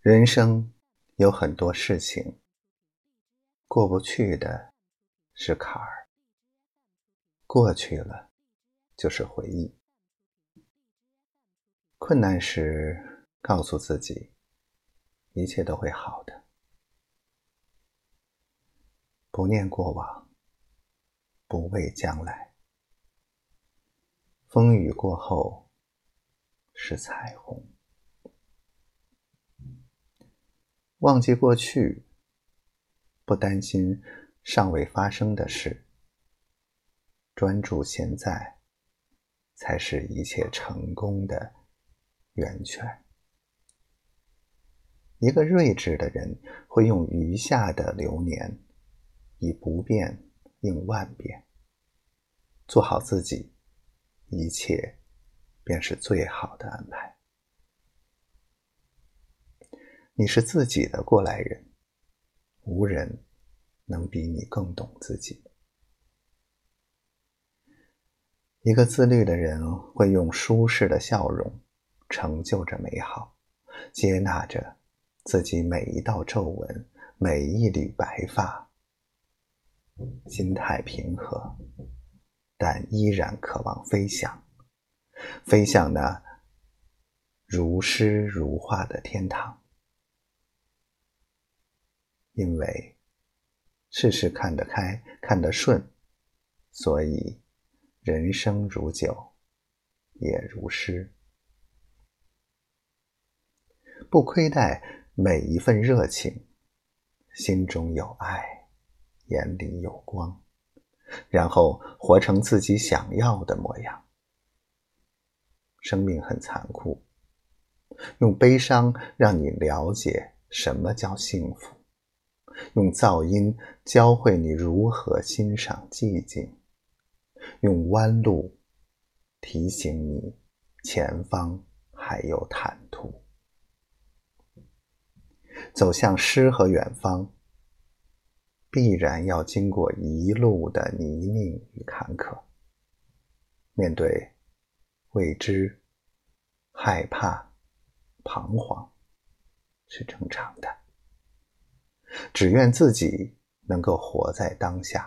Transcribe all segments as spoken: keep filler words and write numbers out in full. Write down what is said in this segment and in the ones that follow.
人生有很多事情，过不去的是坎儿，过去了就是回忆。困难时告诉自己，一切都会好的。不念过往，不畏将来。风雨过后是彩虹。忘记过去，不担心尚未发生的事，专注现在，才是一切成功的源泉。一个睿智的人会用余下的流年，以不变应万变，做好自己，一切便是最好的安排。你是自己的过来人，无人能比你更懂自己。一个自律的人会用舒适的笑容成就着美好，接纳着自己每一道皱纹，每一缕白发，心态平和，但依然渴望飞翔，飞向那如诗如画的天堂。因为事事看得开，看得顺，所以人生如酒，也如诗。不亏待每一份热情，心中有爱，眼里有光，然后活成自己想要的模样。生命很残酷，用悲伤让你了解什么叫幸福，用噪音教会你如何欣赏寂静，用弯路提醒你前方还有坦途。走向诗和远方，必然要经过一路的泥泞与坎坷。面对未知、害怕、彷徨是正常的。只愿自己能够活在当下。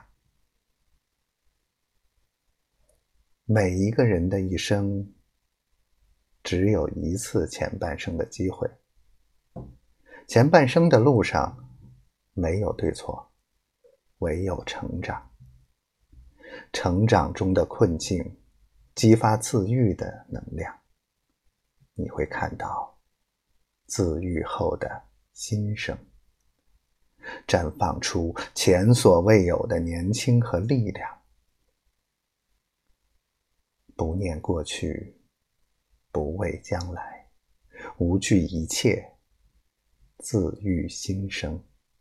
每一个人的一生只有一次前半生的机会，前半生的路上没有对错，唯有成长。成长中的困境激发自愈的能量，你会看到自愈后的新生，绽放出前所未有的年轻和力量。不念过去，不畏将来，无惧一切，自愈新生。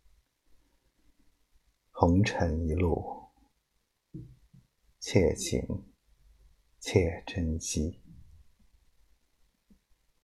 红尘一路，且行且珍惜。